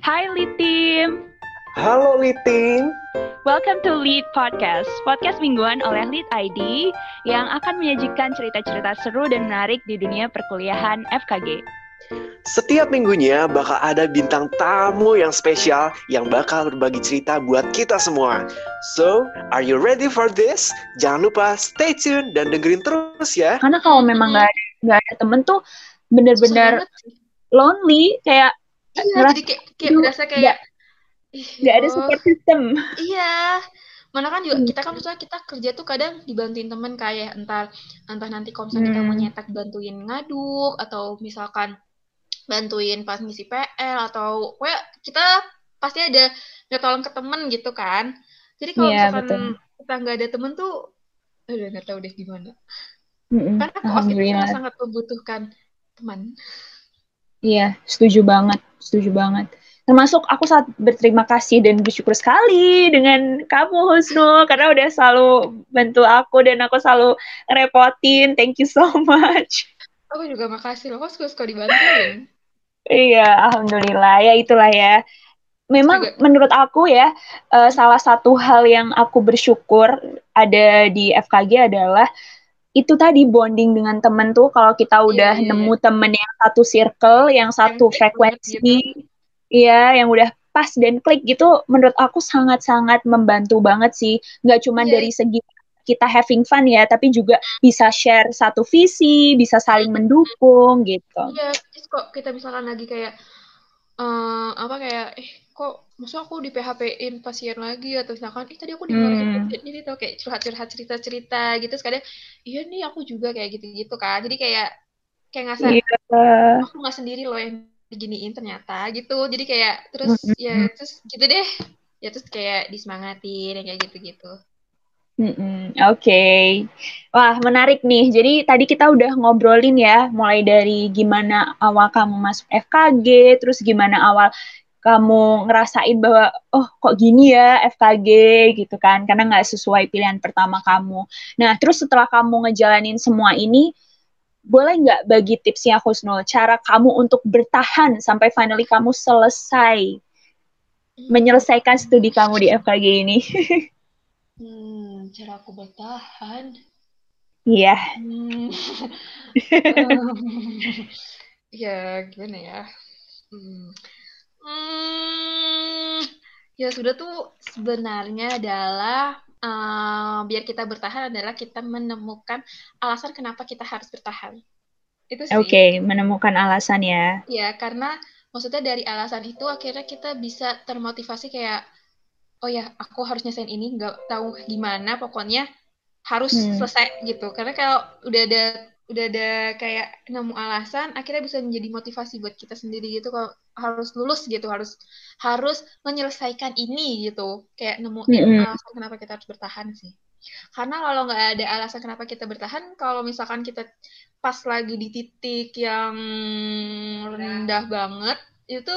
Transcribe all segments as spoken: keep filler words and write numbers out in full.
Hai Lead Team, Halo Litin, welcome to Lead Podcast, podcast mingguan oleh Lead I D yang akan menyajikan cerita-cerita seru dan menarik di dunia perkuliahan F K G. setiap minggunya bakal ada bintang tamu yang spesial yang bakal berbagi cerita buat kita semua. So, are you ready for this? Jangan lupa stay tune dan dengerin terus ya. Karena kalau memang nggak ada, nggak ada temen tuh Susah bener-bener banget sih. lonely, kayak Iya, ngerasa jadi kayak, kayak aduh, berasa kayak nggak ih, nggak ada oh, support system. iya. Mana kan juga Hmm. kita kan misalnya kita kerja tuh kadang dibantuin temen kayak entar entah nanti kalau misalnya kita mau Hmm. nyetak bantuin ngaduk atau misalkan bantuin pas ngisi P L atau pokoknya kita pasti ada minta tolong ke temen gitu kan. Jadi kalau Iya, misalkan betul. kita nggak ada temen tuh aduh nggak tahu deh gimana. Mm-mm. Karena koas itu Alhamdulillah. sangat-sangat membutuhkan teman. Iya, setuju banget, setuju banget. Termasuk aku sangat berterima kasih dan bersyukur sekali dengan kamu, Husnul, karena udah selalu bantu aku dan aku selalu ngerepotin. Thank you so much. Aku juga makasih loh, kok suka-suka dibantuin. Iya, alhamdulillah. Ya itulah ya. Memang Juga menurut aku ya, eh, salah satu hal yang aku bersyukur ada di F K G adalah itu tadi bonding dengan temen tuh kalau kita iya udah iya iya. nemu temen yang satu circle, yang Yang satu klik banget gitu. frekuensi, iya, yang udah pas dan klik gitu, menurut aku sangat-sangat membantu banget sih. Nggak cuma Iya, dari segi kita having fun ya, tapi juga bisa share satu visi, bisa saling mendukung gitu. iya. Terus kok kita misalkan lagi kayak eh apa kayak eh kok masa aku di P H P-in pasien lagi atau misalkan eh tadi aku dimarahin Hmm, pasien ini tuh kayak curhat-curhat cerita-cerita gitu sekadang iya nih aku juga kayak gitu-gitu kan. Jadi kayak kayak ngerasa iya. aku nggak sendiri loh yang diginiin ternyata gitu. Jadi kayak terus ya Mm-mm. terus gitu deh. Ya terus kayak disemangatin yang kayak gitu-gitu. Mm-mm, oke. Wah, menarik nih. Jadi tadi kita udah ngobrolin ya, mulai dari gimana awal kamu masuk F K G, terus gimana awal kamu ngerasain bahwa, oh kok gini ya F K G gitu kan, karena nggak sesuai pilihan pertama kamu. Nah, terus setelah kamu ngejalanin semua ini, boleh nggak bagi tipsnya Husnul, cara kamu untuk bertahan sampai finally kamu selesai Hmm, menyelesaikan studi kamu di F K G ini? hmm, cara aku bertahan. Iya. Hmm. Em, ya gimana ya? Hmm. Hmm, ya sudah tuh sebenarnya adalah eh, biar kita bertahan adalah kita menemukan alasan kenapa kita harus bertahan. Itu sih. Oke, menemukan alasan ya. Ya, karena maksudnya dari alasan itu akhirnya kita bisa termotivasi kayak oh ya, aku harus nyesain ini, nggak tahu gimana, pokoknya harus Hmm. selesai gitu. Karena kalau udah ada udah ada kayak nemu alasan, akhirnya bisa menjadi motivasi buat kita sendiri gitu. Kalau harus lulus gitu, harus harus menyelesaikan ini gitu. Kayak nemuin Mm-mm. alasan kenapa kita harus bertahan sih. Karena kalau nggak ada alasan kenapa kita bertahan, kalau misalkan kita pas lagi di titik yang rendah banget, itu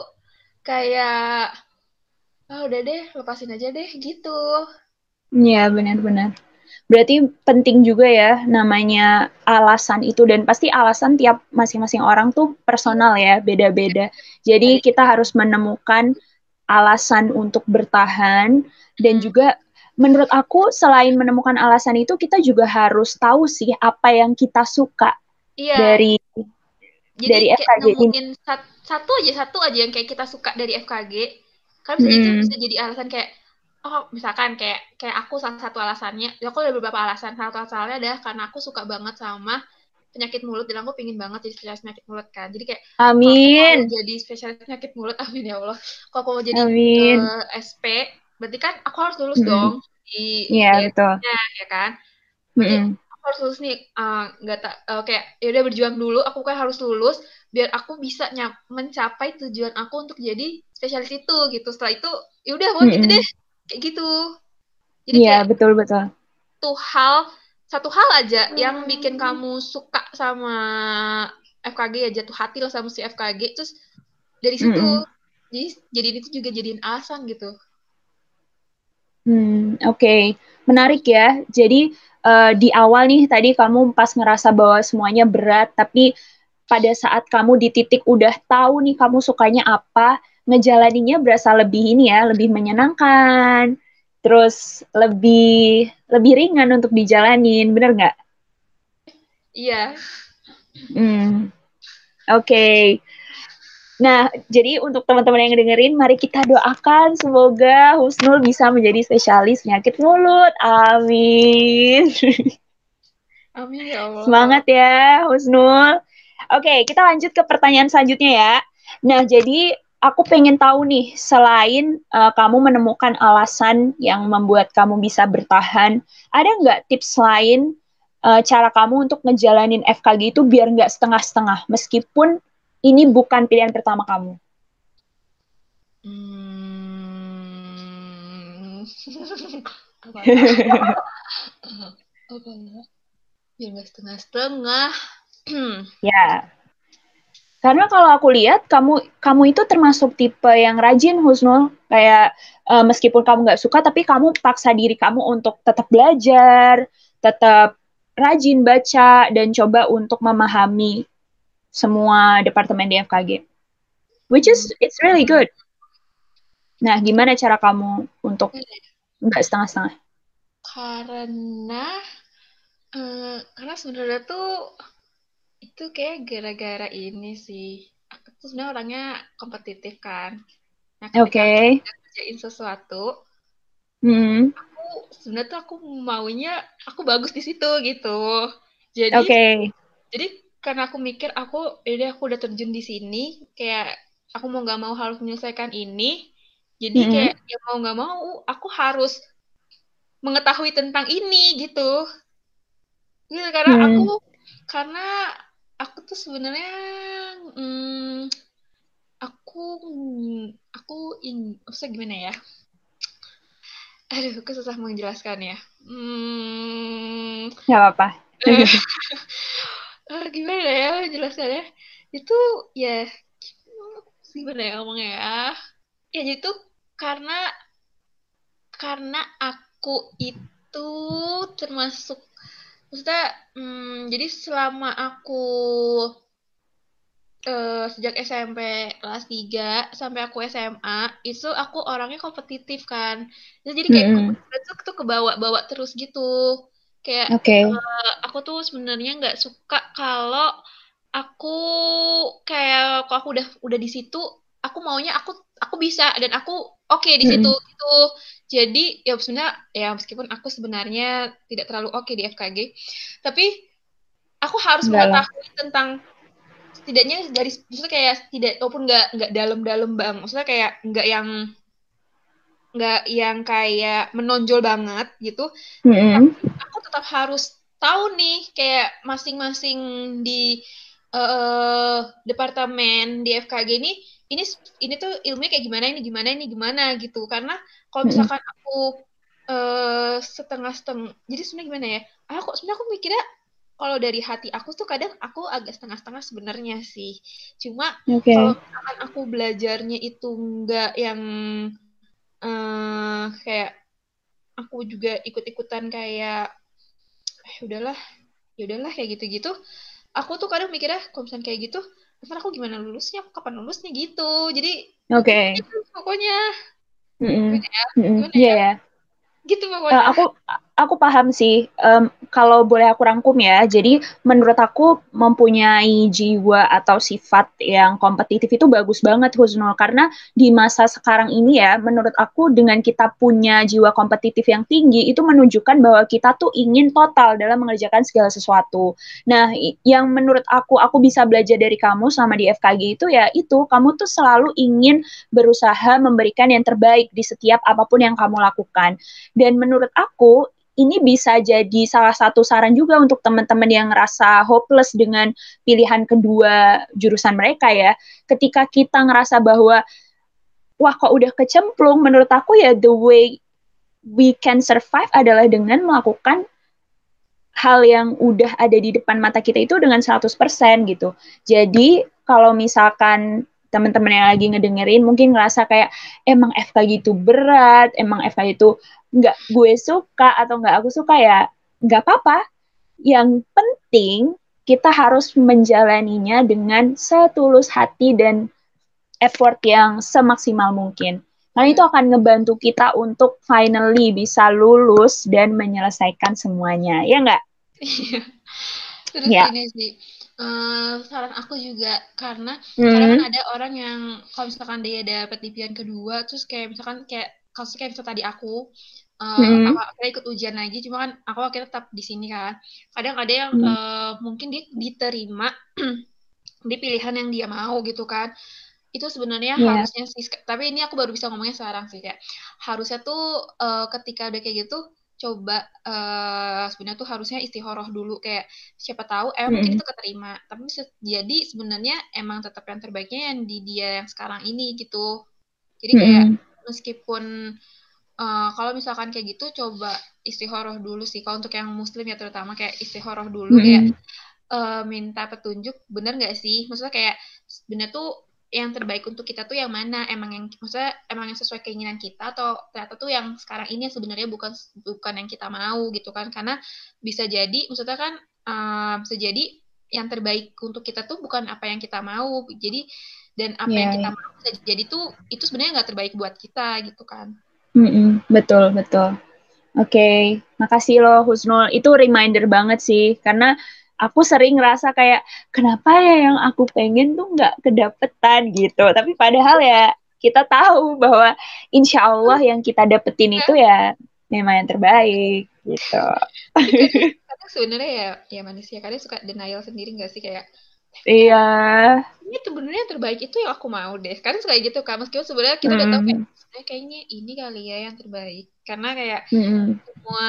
kayak ah udah deh, lepasin aja deh gitu. Iya, benar-benar. Berarti penting juga ya namanya alasan itu dan pasti alasan tiap masing-masing orang tuh Iya, personal ya, beda-beda. Jadi ada kita harus menemukan alasan untuk bertahan dan hmm, juga menurut aku selain menemukan alasan itu kita juga harus tahu sih apa yang kita suka iya, dari jadi dari kayak F K G ini. nemuin sat- satu aja satu aja yang kayak kita suka dari F K G. Kan bisa itu bisa Mm-mm. jadi alasan kayak oh misalkan kayak kayak aku salah satu alasannya, ya aku ada beberapa alasan. Salah satu alasannya adalah karena aku suka banget sama penyakit mulut dan aku pingin banget jadi spesialis penyakit mulut kan. Jadi kayak kalau aku mau Amin. jadi spesialis penyakit mulut, amin ya Allah. Kalau aku mau jadi Amin. eh, S P, berarti kan aku harus lulus Mm-mm. dong di Iya, di betul. S P-nya ya kan. Berarti Mm-mm. aku harus lulus nih, eh, nggak tak eh, kayak ya udah berjuang dulu. Aku kayak harus lulus biar aku bisa nyap- mencapai tujuan aku untuk jadi spesialis itu gitu. Setelah itu ya udah pokoknya gitu deh Mm-mm. kayak gitu. Jadi Iya, kayak betul-betul. satu hal satu hal aja yang bikin kamu suka sama F K G ya jatuh hati lah sama si F K G terus dari situ Mm-mm. jadi jadi itu juga jadiin alasan gitu. Hmm, oke. Menarik ya. Jadi eh, di awal nih tadi kamu pas ngerasa bahwa semuanya berat, tapi pada saat kamu di titik udah tahu nih kamu sukanya apa, ngejalaninya berasa lebih ini ya, lebih menyenangkan, terus lebih lebih ringan untuk dijalanin, bener nggak? Iya. Hmm, oke. Okay. Nah, jadi untuk teman-teman yang dengerin, mari kita doakan semoga Husnul bisa menjadi spesialis penyakit mulut. Amin. Amin ya Allah. Semangat ya, Husnul. Oke, kita lanjut ke pertanyaan selanjutnya ya. Nah, jadi aku pengen tahu nih, selain uh, kamu menemukan alasan yang membuat kamu bisa bertahan, ada nggak tips lain uh, cara kamu untuk ngejalanin F K G itu biar nggak setengah-setengah, meskipun ini bukan pilihan pertama kamu? Hmm. Apa ya? Apa ya? Biar nggak setengah-setengah. Ya, karena kalau aku lihat kamu kamu itu termasuk tipe yang rajin, Husnul. Kayak uh, meskipun kamu nggak suka, tapi kamu paksa diri kamu untuk tetap belajar, tetap rajin baca dan coba untuk memahami semua departemen di F K G. Which is it's really good. Nah, gimana cara kamu untuk nggak setengah-setengah? Karena eh, karena sebenarnya tuh itu kayak gara-gara ini sih. Aku tuh sebenarnya orangnya kompetitif kan. Nah, Oke. ketika aku Okay. udah kerjain sesuatu, Hmm. aku sebenarnya tuh aku maunya aku bagus di situ gitu. Jadi, Oke. Okay. jadi karena aku mikir aku, jadi aku udah terjun di sini, kayak aku mau nggak mau harus menyelesaikan ini. Jadi Hmm. kayak ya mau nggak mau, aku harus mengetahui tentang ini gitu. Gitu karena aku Hmm. karena aku tuh sebenarnya hmm, aku aku ing, maksudnya gimana ya? Aduh, aku susah menjelaskan ya. Hmm, Nggak apa-apa. eh, eh, gimana ya menjelaskannya? Itu ya gimana ya ngomongnya ya? Ya itu karena karena aku itu termasuk maksudnya hmm, jadi selama aku eh, sejak S M P kelas tiga sampai aku S M A itu aku orangnya kompetitif kan. Nah, jadi kayak Hmm. kompetitif tuh, tuh kebawa-bawa terus gitu. Kayak Oke. Okay. eh, aku tuh sebenarnya nggak suka kalau aku kayak kalau aku udah udah di situ aku maunya aku aku bisa dan aku oke okay di situ Hmm. gitu. Jadi ya sebenarnya ya meskipun aku sebenarnya tidak terlalu oke okay di F K G, tapi aku harus Enggak lah. mengetahui tentang setidaknya dari maksudnya kayak tidak walaupun nggak nggak dalam-dalam bang maksudnya kayak nggak yang nggak yang kayak menonjol banget gitu Hmm. tapi aku tetap harus tahu nih kayak masing-masing di uh, departemen di F K G ini ini ini tuh ilmunya kayak gimana ini gimana ini gimana gitu karena kalau Hmm. misalkan aku uh, setengah-setengah jadi sebenarnya gimana ya aku sebenarnya aku mikirnya kalau dari hati aku tuh kadang aku agak setengah-setengah sebenarnya sih. Cuma Oke. kalau Okay. misalkan aku belajarnya itu enggak yang eh kayak aku juga ikut-ikutan kayak eh udahlah, ya udahlah kayak gitu-gitu. Aku tuh kadang mikirnya kalau misalnya kayak gitu, ntar aku gimana lulusnya, aku kapan lulusnya gitu. Jadi Oke. gitu pokoknya. Mm-mm. Gimana ya? Mm-mm. Gimana Iya ya? ya. Gitu Eh, pokoknya. aku aku paham sih. Em, kalau boleh aku rangkum ya. Jadi menurut aku mempunyai jiwa atau sifat yang kompetitif itu bagus banget, Husnul. Karena di masa sekarang ini ya, menurut aku dengan kita punya jiwa kompetitif yang tinggi itu menunjukkan bahwa kita tuh ingin total dalam mengerjakan segala sesuatu. Nah, i- yang menurut aku aku bisa belajar dari kamu sama di F K G itu ya itu kamu tuh selalu ingin berusaha memberikan yang terbaik di setiap apapun yang kamu lakukan. Dan menurut aku, ini bisa jadi salah satu saran juga untuk teman-teman yang ngerasa hopeless dengan pilihan kedua jurusan mereka ya. Ketika kita ngerasa bahwa, wah kok udah kecemplung, menurut aku ya the way we can survive adalah dengan melakukan hal yang udah ada di depan mata kita itu dengan seratus persen gitu. Jadi kalau misalkan teman-teman yang lagi ngedengerin mungkin ngerasa kayak emang F K G itu berat, emang F K G itu nggak gue suka atau nggak aku suka ya nggak apa-apa. Yang penting kita harus menjalaninya dengan setulus hati dan effort yang semaksimal mungkin. Karena itu akan ngebantu kita untuk finally bisa lulus dan menyelesaikan semuanya. Ya nggak? Iya. Terus Ya. ini sih, uh, saran aku juga, karena Hmm. kadang kan ada orang yang kalau misalkan dia dapat di pilihan kedua, terus kayak misalkan kayak kasus kayak misalnya tadi aku, uh, Hmm. aku akhirnya ikut ujian lagi, cuma kan aku akhirnya tetap di sini kan. Kadang ada yang Hmm. uh, mungkin dia diterima di pilihan yang dia mau gitu kan. Itu sebenarnya Yeah. harusnya sih, tapi ini aku baru bisa ngomongnya sekarang sih, kayak harusnya tuh uh, ketika udah kayak gitu coba uh, sebenarnya tuh harusnya istikharah dulu, kayak siapa tahu eh mungkin Mm-mm. itu keterima, tapi bisa jadi sebenarnya emang tetap yang terbaiknya yang di dia yang sekarang ini gitu. Jadi kayak Mm-mm. meskipun uh, kalau misalkan kayak gitu coba istikharah dulu sih, kalau untuk yang muslim ya terutama kayak istikharah dulu, kayak Mm-mm. uh, minta petunjuk bener nggak sih, maksudnya kayak bener tuh yang terbaik untuk kita tuh yang mana, emang yang maksudnya emang yang sesuai keinginan kita, atau ternyata tuh yang sekarang ini sebenarnya bukan bukan yang kita mau gitu kan. Karena bisa jadi maksudnya kan uh, bisa jadi yang terbaik untuk kita tuh bukan apa yang kita mau, jadi dan apa Yeah, yang kita yeah. mau bisa jadi tuh itu sebenarnya nggak terbaik buat kita gitu kan. Mm-mm. Betul, betul. Oke, okay. Makasih loh Husnul. Itu reminder banget sih, karena aku sering ngerasa kayak, kenapa ya yang aku pengen tuh nggak kedapetan gitu. Tapi padahal ya kita tahu bahwa insya Allah yang kita dapetin itu ya memang yang terbaik gitu. Tapi kadang, kadang sebenarnya ya ya manusia kadang suka denial sendiri nggak sih, kayak Iya. ini sebenarnya yang terbaik itu yang aku mau deh. Kan suka gitu kan, meskipun sebenarnya kita udah tahu kayak Mm-mm. sebenarnya kayaknya ini kali ya yang terbaik. Karena kayak Mm-mm. semua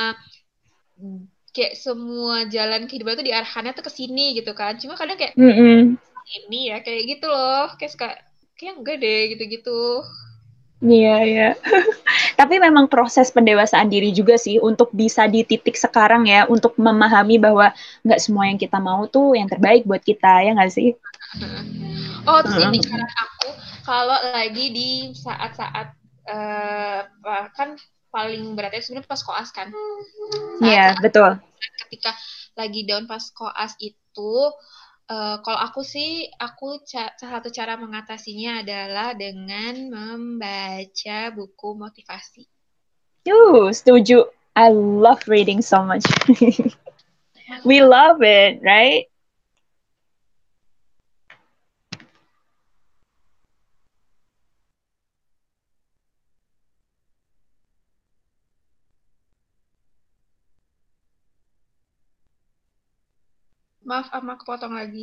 kayak semua jalan kehidupan itu diarahkannya tuh ke sini gitu kan. Cuma kadang kayak Mm-mm. ini ya kayak gitu loh. Kayak suka kayak enggak deh gitu-gitu. Iya, iya. Tapi memang proses pendewasaan diri juga sih untuk bisa di titik sekarang ya, untuk memahami bahwa nggak semua yang kita mau tuh yang terbaik buat kita, ya nggak sih? Oh, terus ini Mm-mm. saran aku, kalau lagi di saat-saat eh, kan paling beratnya sebenarnya pas koas kan. Iya, Saat-saat betul. ketika lagi down pas koas itu, uh, kalau aku sih, aku ca- salah satu cara mengatasinya adalah dengan membaca buku motivasi. Yuh, setuju. I love reading so much. We love it, right? Maaf, ama kepotong lagi.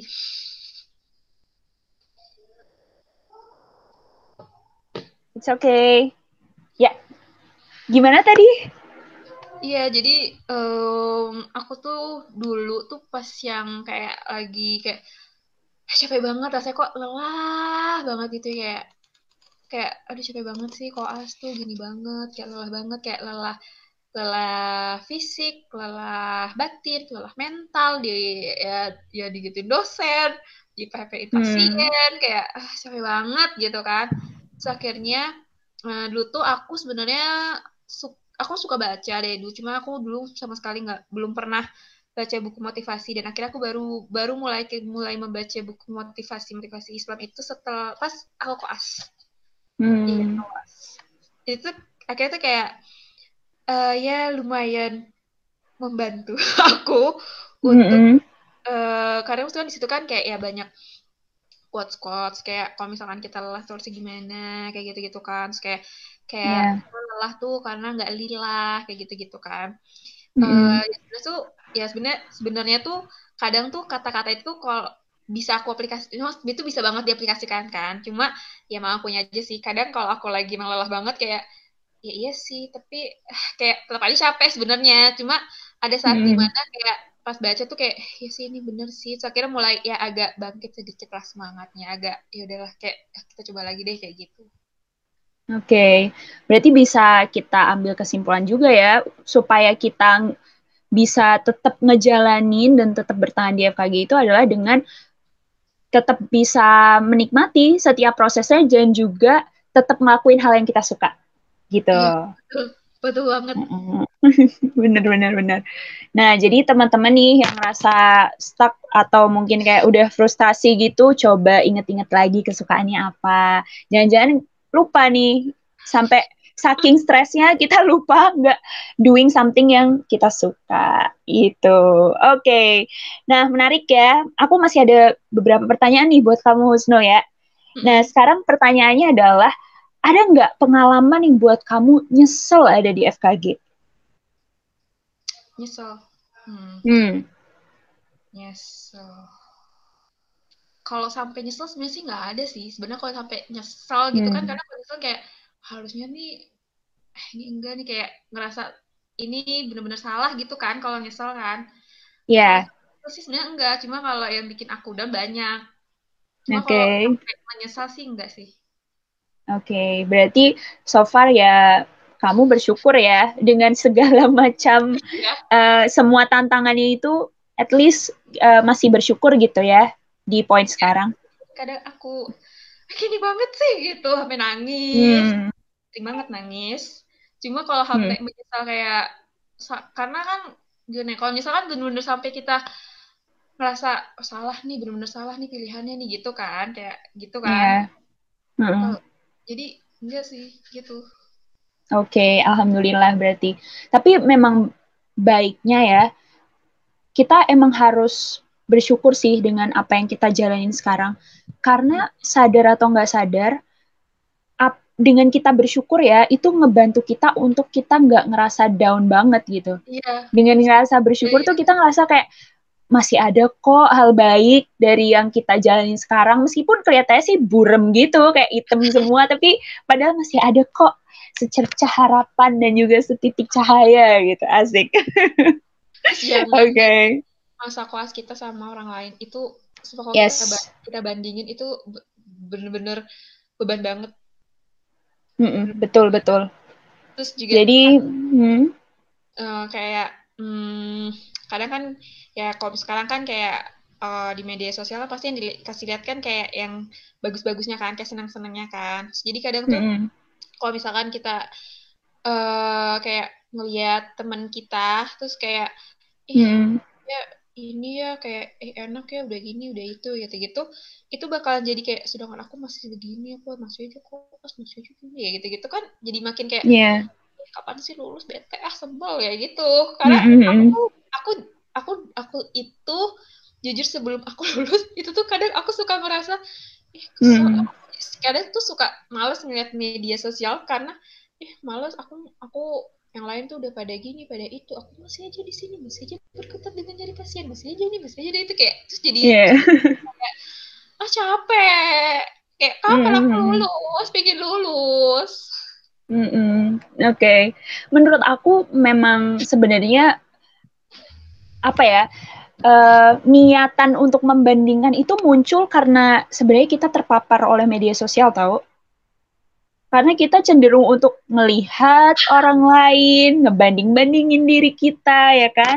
It's okay. Ya, gimana tadi? Iya, jadi em, aku tuh dulu tuh pas yang kayak lagi kayak "Ah, capek banget, rasanya kok lelah banget gitu ya, kayak kayak aduh capek banget sih koas tuh gini banget, kayak lelah banget, kayak lelah lelah fisik, lelah batin, lelah mental, di ya ya digituin dosen, di P P-in Hmm. pasien, kayak ah, capek banget gitu kan. Terus akhirnya eh, dulu tuh aku sebenarnya su- aku suka baca deh dulu, cuma aku dulu sama sekali nggak belum pernah baca buku motivasi, dan akhirnya aku baru baru mulai mulai membaca buku motivasi motivasi Islam itu setelah pas aku koas. Iya, Hmm. koas. Itu akhirnya tuh kayak eh, ya lumayan membantu aku untuk Mm-mm. uh, kadang tuh kan di situ kan kayak ya banyak quotes quotes kayak kalau misalkan kita lelah tuh harus gimana kayak gitu gitu kan. Terus kayak kayak Yeah. lelah tuh karena nggak lillah kayak gitu gitu kan. Uh, Mm-mm. ya sebenarnya tuh ya sebenarnya sebenarnya tuh kadang tuh kata-kata itu kalau bisa aku aplikasi itu bisa banget diaplikasikan kan, cuma ya mau punya aja sih, kadang kalau aku lagi emang lelah banget kayak ya iya sih, tapi ah, kayak tetap aja capek sebenarnya, cuma ada saat Mm-mm. dimana kayak pas baca tuh kayak ya sih ini bener sih, so akhirnya mulai ya agak bangkit sedikit lah semangatnya, agak ya udahlah kayak ah, kita coba lagi deh kayak gitu. Oke, okay. Berarti bisa kita ambil kesimpulan juga ya, supaya kita bisa tetap ngejalanin dan tetap bertahan di F K G itu adalah dengan tetap bisa menikmati setiap prosesnya dan juga tetap ngelakuin hal yang kita suka gitu. Iya betul. Betul banget. Bener, bener, bener. Nah, jadi teman-teman nih yang merasa stuck atau mungkin kayak udah frustasi gitu, coba inget-inget lagi kesukaannya apa. Jangan-jangan lupa nih, sampai saking stresnya kita lupa nggak doing something yang kita suka. Itu. Oke. Okay. Nah, menarik ya. Aku masih ada beberapa pertanyaan nih buat kamu, Husno ya. Nah, sekarang pertanyaannya adalah, ada nggak pengalaman yang buat kamu nyesel ada di F K G? Nyesel. Hmm. Hmm. Nyesel. Kalau sampai nyesel sebenarnya sih nggak ada sih. Sebenarnya kalau sampai nyesel gitu Hmm. kan, karena kalau nyesel kayak harusnya nih, eh ini enggak nih, kayak ngerasa ini benar-benar salah gitu kan kalau nyesel kan. Kalau Ya, itu sih sebenarnya enggak, cuma kalau yang bikin aku udah banyak. Cuma oke, kalau sampai menyesal sih enggak sih. oke. Berarti so far ya kamu bersyukur ya dengan segala macam Iya. uh, semua tantangannya itu, at least uh, masih bersyukur gitu ya di poin sekarang. Kadang aku gini banget sih gitu, sampai nangis, Hmm. sering banget nangis. Cuma kalau Hmm. sampai menyesal kayak, karena kan gini, kalau misalkan bener-bener sampai kita ngerasa oh, salah nih, bener-bener salah nih pilihannya nih gitu kan, kayak gitu kan. Ya. Hmm. Kalau jadi enggak sih gitu. Oke, alhamdulillah berarti. Tapi memang baiknya ya, kita emang harus bersyukur sih dengan apa yang kita jalanin sekarang. Karena sadar atau nggak sadar, up, dengan kita bersyukur ya, itu ngebantu kita untuk kita nggak ngerasa down banget gitu. Iya. Dengan ngerasa bersyukur Iya. tuh kita ngerasa kayak, masih ada kok hal baik dari yang kita jalanin sekarang, meskipun kelihatannya sih burem gitu, kayak item semua, tapi padahal masih ada kok secercah harapan dan juga setitik cahaya gitu, asik. Terus jangan Oke. masa kelas kita sama orang lain itu, kalau kita Yes. kita bandingin itu bener-bener beban banget. Mm-mm, betul betul. Terus juga Jadi, hmm, uh, kayak hmm, kadang kan ya kalau sekarang kan kayak uh, di media sosial pasti yang dikasih lihat kan kayak yang bagus-bagusnya kan, kayak senang-senangnya kan. Terus jadi kadang tuh mm-mm, kalau misalkan kita uh, kayak ngelihat teman kita terus kayak ih mm-mm, ya ini ya kayak eh enak ya udah gini udah itu gitu gitu itu bakalan jadi kayak sedangkan aku masih begini aku masih aja kok pas masih aja gini ya gitu gitu kan jadi makin kayak yeah, eh, kapan sih lulus bete ah sebel ya gitu karena aku mm-mm, aku aku aku itu jujur sebelum aku lulus itu tuh kadang aku suka merasa eh kesel mm-mm, kadang tuh suka males ngeliat media sosial karena eh males aku aku yang lain tuh udah pada gini pada itu aku masih aja di sini masih aja berkutat dengan nyari pasien masih aja ini masih aja itu kayak terus jadi yeah. kayak ah capek kayak kapan aku Mm-mm, lulus pengen lulus. mm-mm. Oke, okay. Menurut aku memang sebenarnya apa ya, uh, niatan untuk membandingkan itu muncul karena sebenarnya kita terpapar oleh media sosial, tahu? Karena kita cenderung untuk melihat orang lain, ngebanding-bandingin diri kita, ya kan?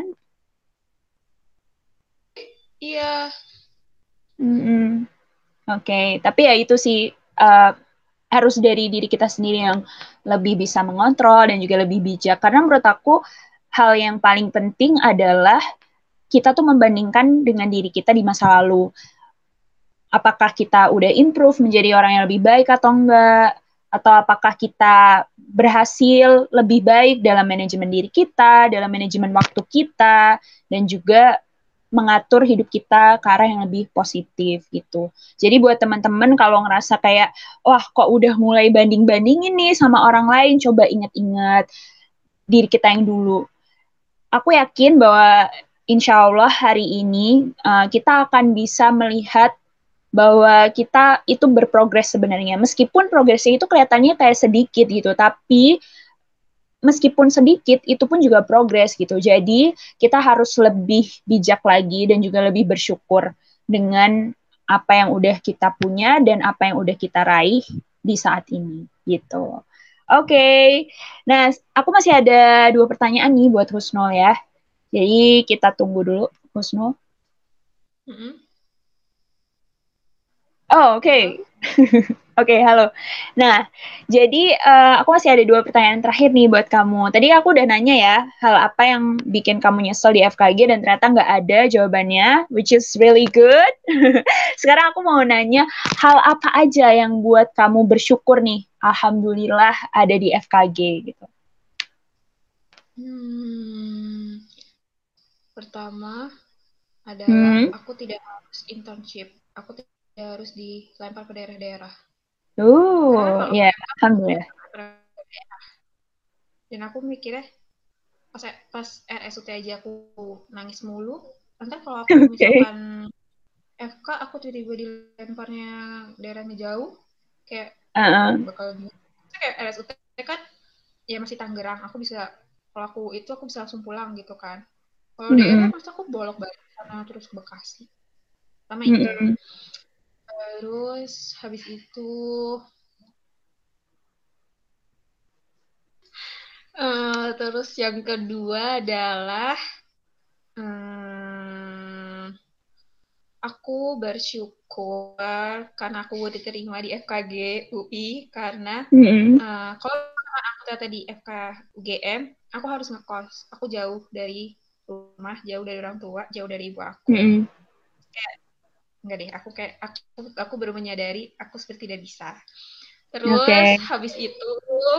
Iya. Mm-mm. Oke, okay. Tapi ya itu sih, uh, harus dari diri kita sendiri yang lebih bisa mengontrol dan juga lebih bijak. Karena menurut aku, hal yang paling penting adalah kita tuh membandingkan dengan diri kita di masa lalu. Apakah kita udah improve menjadi orang yang lebih baik atau enggak, atau apakah kita berhasil lebih baik dalam manajemen diri kita, dalam manajemen waktu kita, dan juga mengatur hidup kita ke arah yang lebih positif gitu. Jadi buat teman-teman kalau ngerasa kayak, wah kok udah mulai banding-bandingin nih sama orang lain, coba ingat-ingat diri kita yang dulu. Aku yakin bahwa insya Allah hari ini uh, kita akan bisa melihat bahwa kita itu berprogres sebenarnya. Meskipun progresnya itu kelihatannya kayak sedikit gitu, tapi meskipun sedikit, itu pun juga progres gitu. Jadi, kita harus lebih bijak lagi dan juga lebih bersyukur dengan apa yang udah kita punya dan apa yang udah kita raih di saat ini gitu. Oke, okay. Nah aku masih ada dua pertanyaan nih buat Husnul ya. Jadi kita tunggu dulu Husnul. Mm-hmm. Oh oke. Okay. Oke, halo. Nah, jadi eh, aku masih ada dua pertanyaan terakhir nih buat kamu. Tadi aku udah nanya ya, hal apa yang bikin kamu nyesel di F K G dan ternyata nggak ada jawabannya, which is really good. Sekarang aku mau nanya, hal apa aja yang buat kamu bersyukur nih, alhamdulillah ada di F K G gitu. Hmm, pertama adalah Hmm. aku tidak harus internship. Aku tidak harus dilempar ke daerah-daerah. Karena Oh, kalau ya, alhamdulillah. dan aku mikirnya pas pas R S U T aja aku nangis mulu. Nanti kalau aku Oke. misalkan F K aku tiba-tiba dilemparnya daerahnya jauh, kayak Uh-uh. bakal gimana? Kayak R S U T kan ya masih Tangerang, aku bisa kalau aku itu aku bisa langsung pulang gitu kan. Kalau daerah Mm-mm. masa aku bolak-balik sana terus ke Bekasi. Sama itu. Mm-mm. Terus habis itu uh, terus yang kedua adalah um, aku bersyukur karena aku diterima di F K G U I karena Mm-mm. uh, kalau aku ternyata di F K U G M aku harus ngekos. Aku jauh dari rumah, jauh dari orang tua, jauh dari ibu aku. Mm-mm. Kayak enggak deh, aku kayak aku aku baru menyadari aku seperti tidak bisa. Terus Oke. habis itu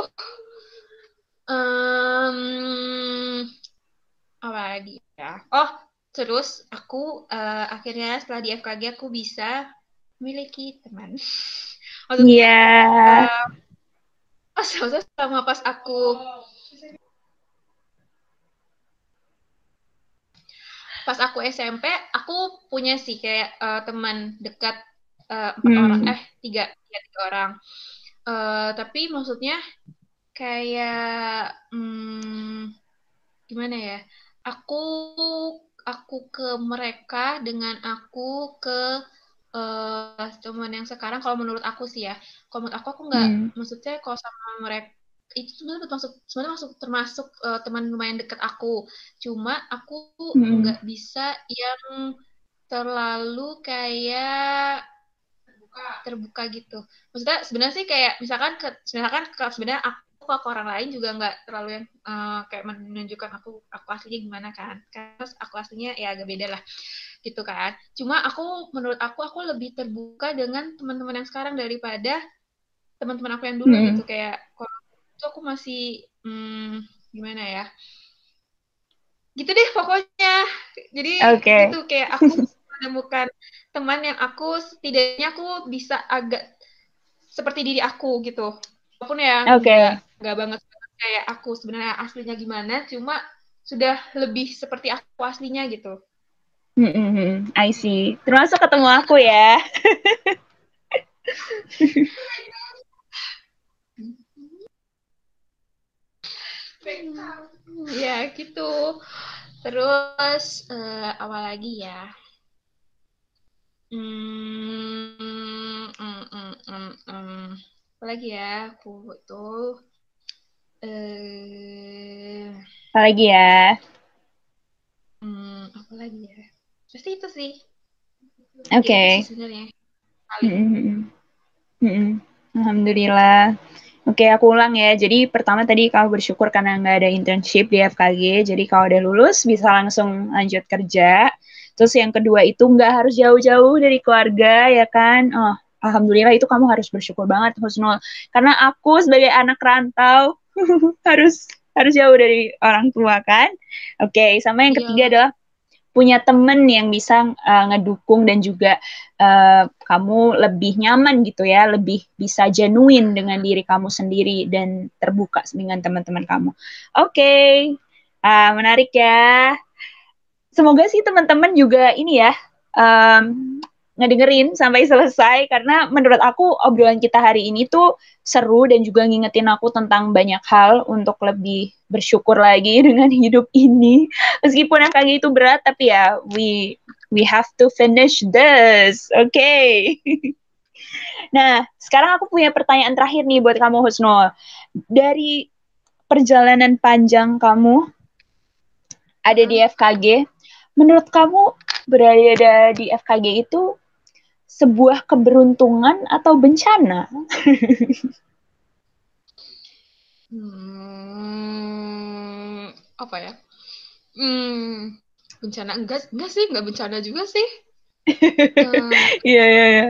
um, apa lagi ya? Oh, terus aku uh, akhirnya setelah di F K G aku bisa memiliki teman. Maksudnya Iya. uh, pas sama pas aku pas aku S M P aku punya sih kayak uh, teman dekat uh, empat Hmm. orang eh tiga tiga, tiga orang. Uh, tapi maksudnya kayak hmm, gimana ya? Aku aku ke mereka dengan aku ke uh, teman yang sekarang kalau menurut aku sih ya. Kalau menurut aku aku nggak Hmm. maksudnya kalau sama mereka itu sebenarnya masuk sebenarnya masuk termasuk uh, teman lumayan dekat aku. Cuma aku Hmm. nggak bisa yang terlalu kayak terbuka gitu. Maksudnya sebenarnya sih kayak misalkan ke, misalkan ke, sebenarnya aku ke orang lain juga nggak terlalu yang uh, kayak menunjukkan aku aku aslinya gimana kan. Karena aku aslinya ya agak beda lah gitu kan. Cuma aku menurut aku aku lebih terbuka dengan teman-teman yang sekarang daripada teman-teman aku yang dulu Hmm. gitu kayak kalau itu aku masih hmm, gimana ya? Gitu deh pokoknya. Jadi Oke. gitu kayak aku menemukan teman yang aku setidaknya aku bisa agak seperti diri aku gitu. Walaupun ya Oke. nggak nggak banget kayak aku sebenarnya aslinya gimana, cuma sudah lebih seperti aku aslinya gitu. Hmm. Hmm, hmm. I see. Termasuk ketemu aku ya. Ya gitu. Terus uh, apa lagi ya? Hmm, mm, mm, mm, mm. Apa lagi ya? Aku itu eh Apa lagi ya? hmm, apa lagi ya? Pasti itu sih. Oke. Ya itu sih sebenarnya paling. Hmm. Hmm, hmm. Hmm. Alhamdulillah. Oke, aku ulang ya. Jadi pertama tadi kamu bersyukur karena nggak ada internship di F K G. Jadi kalau udah lulus bisa langsung lanjut kerja. Terus yang kedua itu nggak harus jauh-jauh dari keluarga, ya kan? Oh, alhamdulillah itu kamu harus bersyukur banget, Husnul. Karena aku sebagai anak rantau harus harus jauh dari orang tua kan. Oke, sama yang ketiga Iyalah. adalah punya temen yang bisa uh, ngedukung dan juga uh, kamu lebih nyaman gitu ya, lebih bisa genuine dengan diri kamu sendiri dan terbuka dengan teman-teman kamu. Oke, okay. uh, menarik ya. Semoga sih teman-teman juga ini ya um, ngedengerin sampai selesai karena menurut aku obrolan kita hari ini tuh seru dan juga ngingetin aku tentang banyak hal untuk lebih bersyukur lagi dengan hidup ini. Meskipun F K G itu berat tapi ya we we have to finish this. Oke. Okay. Nah, sekarang aku punya pertanyaan terakhir nih buat kamu Husnul. Dari perjalanan panjang kamu ada di F K G, menurut kamu berada di F K G itu sebuah keberuntungan atau bencana? Hmm, apa ya? Hmm, bencana enggak, enggak sih, enggak bencana juga sih. Iya, iya, iya.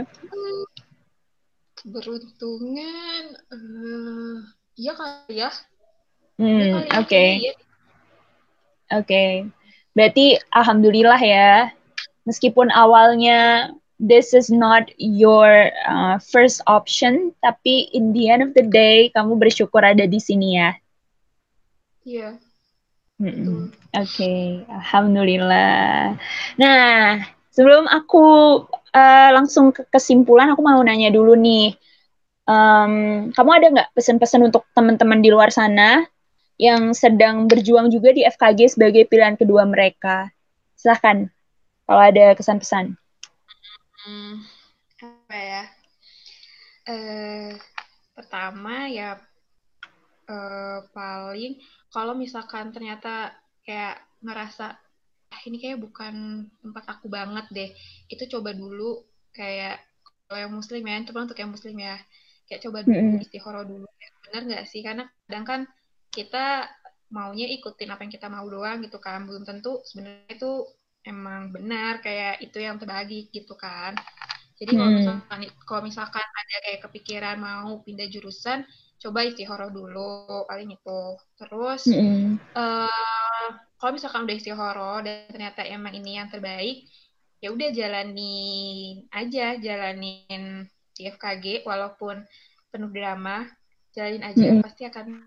Keberuntungan, uh, iya kali ya. Iya Hmm, kali ya, oke. kayaknya iya. Oke. Okay. Berarti alhamdulillah ya. Meskipun awalnya this is not your uh, first option, tapi in the end of the day kamu bersyukur ada di sini ya. Iya. Mm-mm. Oke, okay. Alhamdulillah. Nah, sebelum aku uh, langsung ke kesimpulan, aku mau nanya dulu nih. Um, kamu ada nggak pesan-pesan untuk teman-teman di luar sana yang sedang berjuang juga di F K G sebagai pilihan kedua mereka? Silahkan, kalau ada kesan-pesan. Hmm, apa ya? Eh, pertama ya eh, paling kalau misalkan ternyata kayak ngerasa ah, ini kayak bukan tempat aku banget deh, itu coba dulu kayak kalau yang muslim ya, coba untuk yang muslim ya, kayak coba dulu Mm-mm. istihoroh dulu, bener nggak sih? Karena kadang kan kita maunya ikutin apa yang kita mau doang gitu kan, belum tentu sebenarnya itu emang benar kayak itu yang terbagi gitu kan. Jadi kalau Mm-mm. misalkan kalau misalkan ada kayak kepikiran mau pindah jurusan, coba istihoroh dulu paling itu. Terus Mm-mm. eh kalau misalkan udah istihoroh dan ternyata emang ini yang terbaik, ya udah jalanin aja, jalanin di F K G walaupun penuh drama, jalanin aja Mm-mm. pasti akan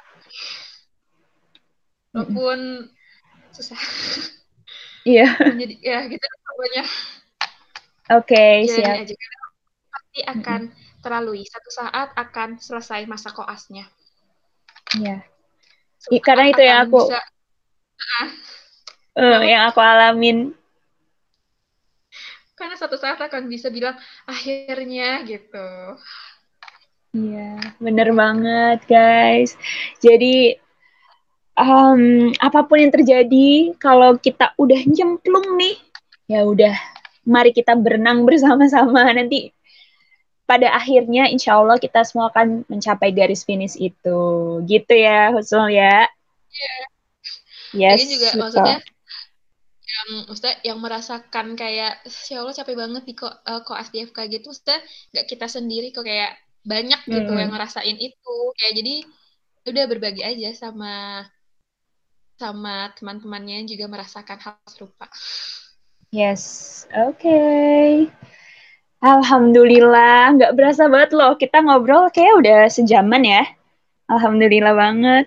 Mm-mm. walaupun susah Iya, menjadi ya gitu pokoknya oke, jalanin siap. aja karena pasti akan Mm-mm. terlalui. Satu saat akan selesai masa koasnya. Iya. Suatu I- Karena saat itu yang akan aku bisa ah, eh, kenapa? yang aku alamin. Karena satu saat akan bisa bilang akhirnya gitu. Iya, bener banget, guys. Jadi um, apapun yang terjadi, kalau kita udah nyemplung nih, ya udah, mari kita berenang bersama-sama. Nanti pada akhirnya, insya Allah kita semua akan mencapai garis finish itu. Gitu ya, Husnul ya. Lagian juga Yes, maksudnya betul. yang maksudnya yang merasakan kayak ya Allah capek banget di ko, uh, koas di F K gitu, maksudnya nggak kita sendiri kok, kayak banyak gitu yang Mm-mm. ngerasain itu. Kayak jadi udah berbagi aja sama sama teman-temannya yang juga merasakan hal serupa. Yes, oke. Alhamdulillah, nggak berasa banget loh. Kita ngobrol kayak udah sejaman ya. Alhamdulillah banget.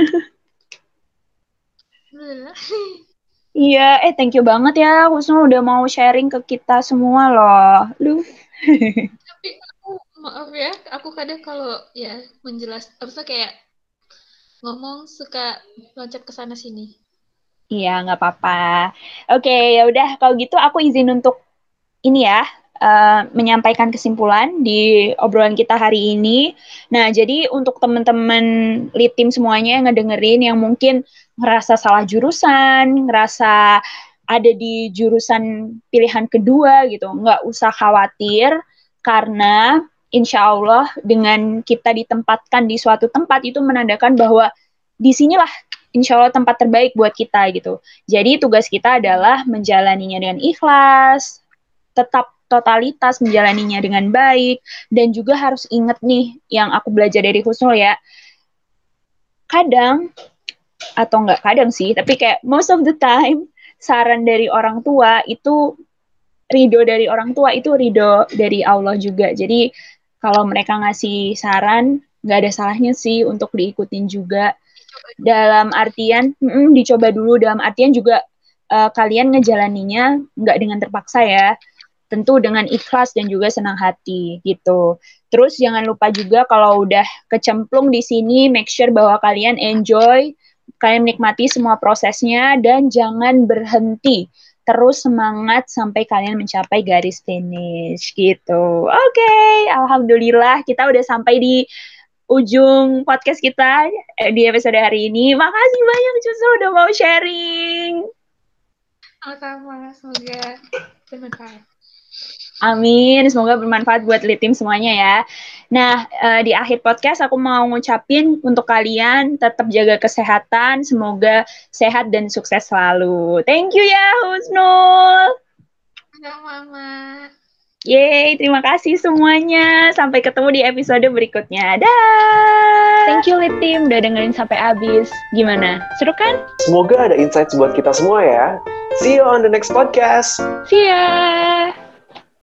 Iya, eh thank you banget ya. Husnul udah mau sharing ke kita semua loh. Lu. Tapi aku maaf ya, aku kadang kalau ya menjelas apa kayak ngomong suka loncat ke sana sini. Iya, nggak apa-apa. Oke, ya udah kalau gitu aku izin untuk ini ya, eh, menyampaikan kesimpulan di obrolan kita hari ini. Nah, jadi untuk teman-teman Litim semuanya yang ngedengerin yang mungkin ngerasa salah jurusan, ngerasa ada di jurusan pilihan kedua gitu, nggak usah khawatir karena insya Allah dengan kita ditempatkan di suatu tempat itu menandakan bahwa disinilah insya Allah tempat terbaik buat kita gitu. Jadi tugas kita adalah menjalaninya dengan ikhlas, tetap totalitas menjalaninya dengan baik, dan juga harus ingat nih yang aku belajar dari Husnul ya, kadang atau nggak kadang sih, tapi kayak most of the time saran dari orang tua itu ridho dari orang tua itu ridho dari Allah juga. Jadi kalau mereka ngasih saran nggak ada salahnya sih untuk diikutin juga. Dalam artian mm, dicoba dulu dalam artian juga uh, kalian ngejalaninya nggak dengan terpaksa ya, tentu dengan ikhlas dan juga senang hati gitu. Terus jangan lupa juga kalau udah kecemplung di sini, make sure bahwa kalian enjoy, kalian menikmati semua prosesnya dan jangan berhenti. Terus semangat sampai kalian mencapai garis finish gitu. Oke, okay, alhamdulillah kita udah sampai di ujung podcast kita eh, di episode hari ini. Makasih banyak Cucu udah mau sharing. Sama-sama, semoga bermanfaat. Amin, semoga bermanfaat buat Litim semuanya ya. Nah, uh, di akhir podcast aku mau ngucapin untuk kalian tetap jaga kesehatan, semoga sehat dan sukses selalu. Thank you ya, Husnul. Mama. Yeay, terima kasih semuanya. Sampai ketemu di episode berikutnya. Dah. Thank you Litim udah dengerin sampai habis. Gimana? Seru kan? Semoga ada insights buat kita semua ya. See you on the next podcast. See ya.